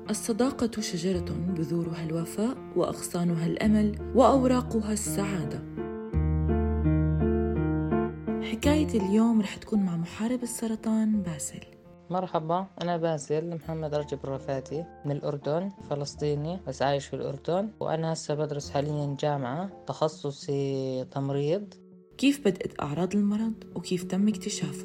الصداقة شجرة بذورها الوفاء وأغصانها الأمل وأوراقها السعادة. حكاية اليوم رح تكون مع محارب السرطان باسل. مرحبا، أنا باسل محمد رجب الرفاتي من الأردن، فلسطيني بس عايش في الأردن، وأنا هسه بدرس حاليا جامعة تخصصي تمريض. كيف بدأت أعراض المرض وكيف تم اكتشافه؟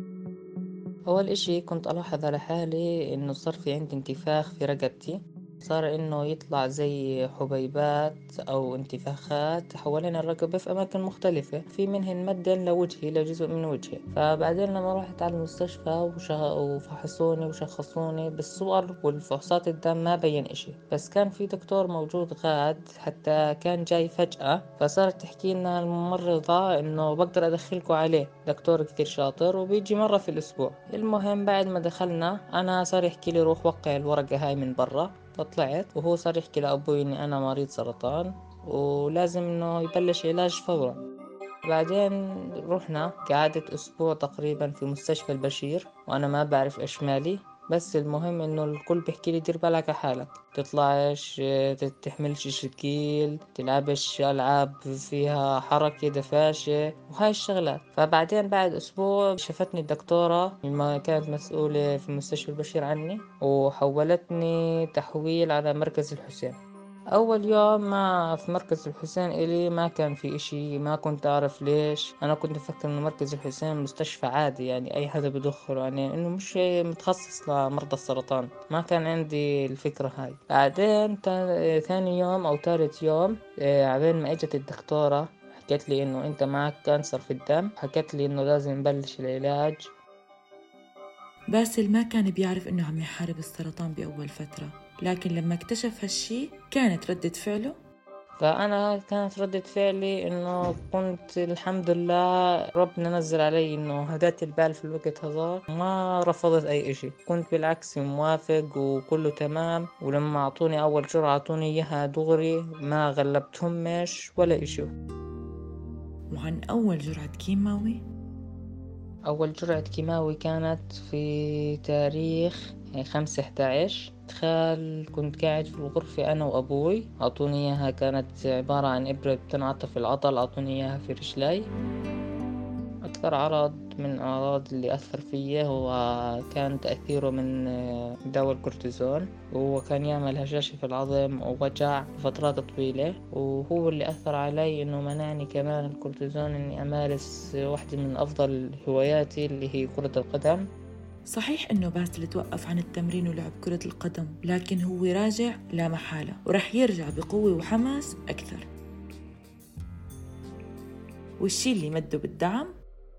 أول إشي كنت ألاحظ على حالي إنه صار في عندي انتفاخ في رقبتي، صار إنه يطلع زي حبيبات أو انتفاخات حوالين الرقبة في أماكن مختلفة، في منهن مدا لوجهي لجزء من وجهي. فبعدين لما رحت على المستشفى وفحصوني وشخصوني بالصور والفحوصات الدم ما بين إشي، بس كان في دكتور موجود غاد حتى كان جاي فجأة، فصارت تحكي لنا الممرضة إنه بقدر أدخلكوا عليه، دكتور كثير شاطر وبيجي مرة في الأسبوع. المهم بعد ما دخلنا أنا صار يحكي لي روح وقع الورقة هاي من برا، فطلعت وهو صار يحكي لأبوي إني أنا مريض سرطان ولازم إنه يبلش علاج فورا. بعدين رحنا قعدت أسبوع تقريبا في مستشفى البشير وأنا ما بعرف إيش مالي، بس المهم إنه الكل بيحكي لي دير بالك على حالك، تطلعش تحملش شكيل، تلعبش ألعاب فيها حركة دفاشة وهاي الشغلات. فبعدين بعد أسبوع شفتني الدكتورة لما كانت مسؤولة في مستشفى البشير عني وحولتني تحويل على مركز الحسين. أول يوم ما في مركز الحسين إلي ما كان في إشي، ما كنت أعرف ليش. أنا كنت أفكر إنه مركز الحسين مستشفى عادي، يعني أي حدا بدخله، يعني إنه مش متخصص لمرضى السرطان. ما كان عندي الفكرة هاي. بعدين ثاني يوم أو ثالث يوم عبين ما إجت الدكتورة حكت لي إنه أنت معك كانسر في الدم، حكت لي إنه لازم نبلش العلاج. باسل ما كان بيعرف إنه عم يحارب السرطان بأول فترة، لكن لما اكتشف هالشي كانت ردة فعله. فأنا كانت ردة فعلي إنه كنت الحمد لله ربنا نزل علي إنه هدأت البال في الوقت هذا، ما رفضت أي إشي، كنت بالعكس موافق وكله تمام. ولما أعطوني أول جرعة أعطوني إياها دغري، ما غلبتهمش ولا إشي. وعن أول جرعة كيماوي؟ أول جرعة كيماوي كانت في تاريخ 5/11. تخيل كنت قاعد في الغرفة أنا وأبوي، أعطوني إياها، كانت عبارة عن إبرة بتنعطف في العضل، أعطوني إياها في رجلي. أكثر عرض من الأعراض اللي أثر فيه هو كان تأثيره من دواء الكورتيزون، وهو كان يعمل هشاشة في العظم ووجع فترات طويلة، وهو اللي أثر علي إنه منعني كمان الكورتيزون إني أمارس واحدة من أفضل هواياتي اللي هي كرة القدم. صحيح إنه باسل توقف عن التمرين ولعب كرة القدم، لكن هو راجع لا محالة ورح يرجع بقوة وحماس أكثر. والشي اللي مده بالدعم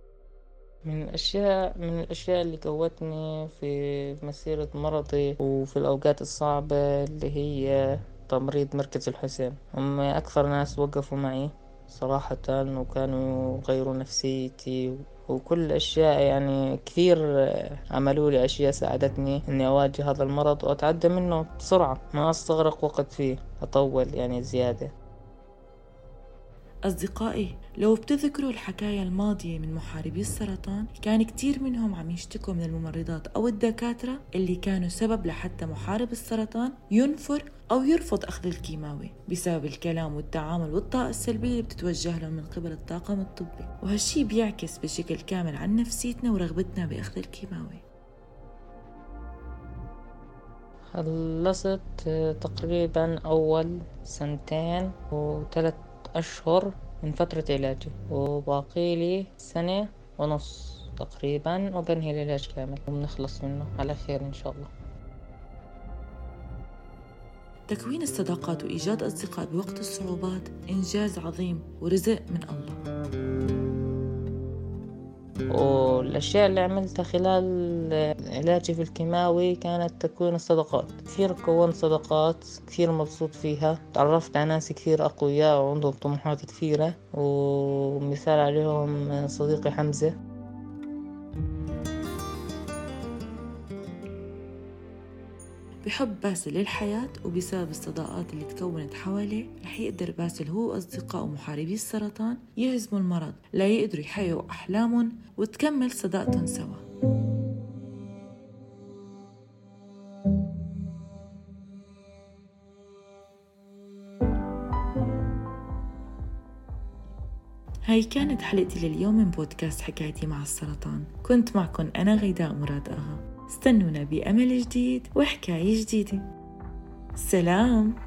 من الأشياء اللي قوتني في مسيرة مرضي وفي الأوقات الصعبة اللي هي تمريض مركز الحسين. هم أكثر ناس وقفوا معي صراحة، وكانوا غيروا نفسيتي وكل الأشياء، يعني كثير عملوا لي أشياء ساعدتني إني أواجه هذا المرض وأتعدى منه بسرعة، ما أستغرق وقت فيه أطول يعني زيادة. أصدقائي، لو بتذكروا الحكاية الماضية من محاربي السرطان، كان كتير منهم عم يشتكوا من الممرضات أو الدكاترة اللي كانوا سبب لحتى محارب السرطان ينفر أو يرفض أخذ الكيماوي بسبب الكلام والتعامل والطاقة السلبية اللي بتتوجه لهم من قبل الطاقم الطبي، وهالشي بيعكس بشكل كامل عن نفسيتنا ورغبتنا بأخذ الكيماوي. خلصت تقريبا أول 2 و3 أشهر من فترة علاجي، وباقي لي 1.5 تقريبا وبنهي العلاج كامل وبنخلص منه على خير إن شاء الله. تكوين الصداقات وإيجاد أصدقاء بوقت الصعوبات إنجاز عظيم ورزق من الله. والأشياء اللي عملتها خلال علاجي في الكيماوي كانت تكوين الصداقات. كثير كونت صداقات كثير مبسوط فيها، تعرفت على ناس كثير أقوياء وعندهم طموحات كثيرة، ومثال عليهم صديقي حمزة. بحب باسل للحياة، وبسبب الصداقات اللي تكونت حواليه رح يقدر باسل هو وأصدقائه محاربي السرطان يهزموا المرض لا يقدروا يحققوا أحلامهم وتكمل صداقتهم سوا. هاي كانت حلقتي لليوم من بودكاست حكايتي مع السرطان. كنت معكم أنا غيداء مراد أغا. استنونا بأمل جديد وحكاية جديدة. سلام.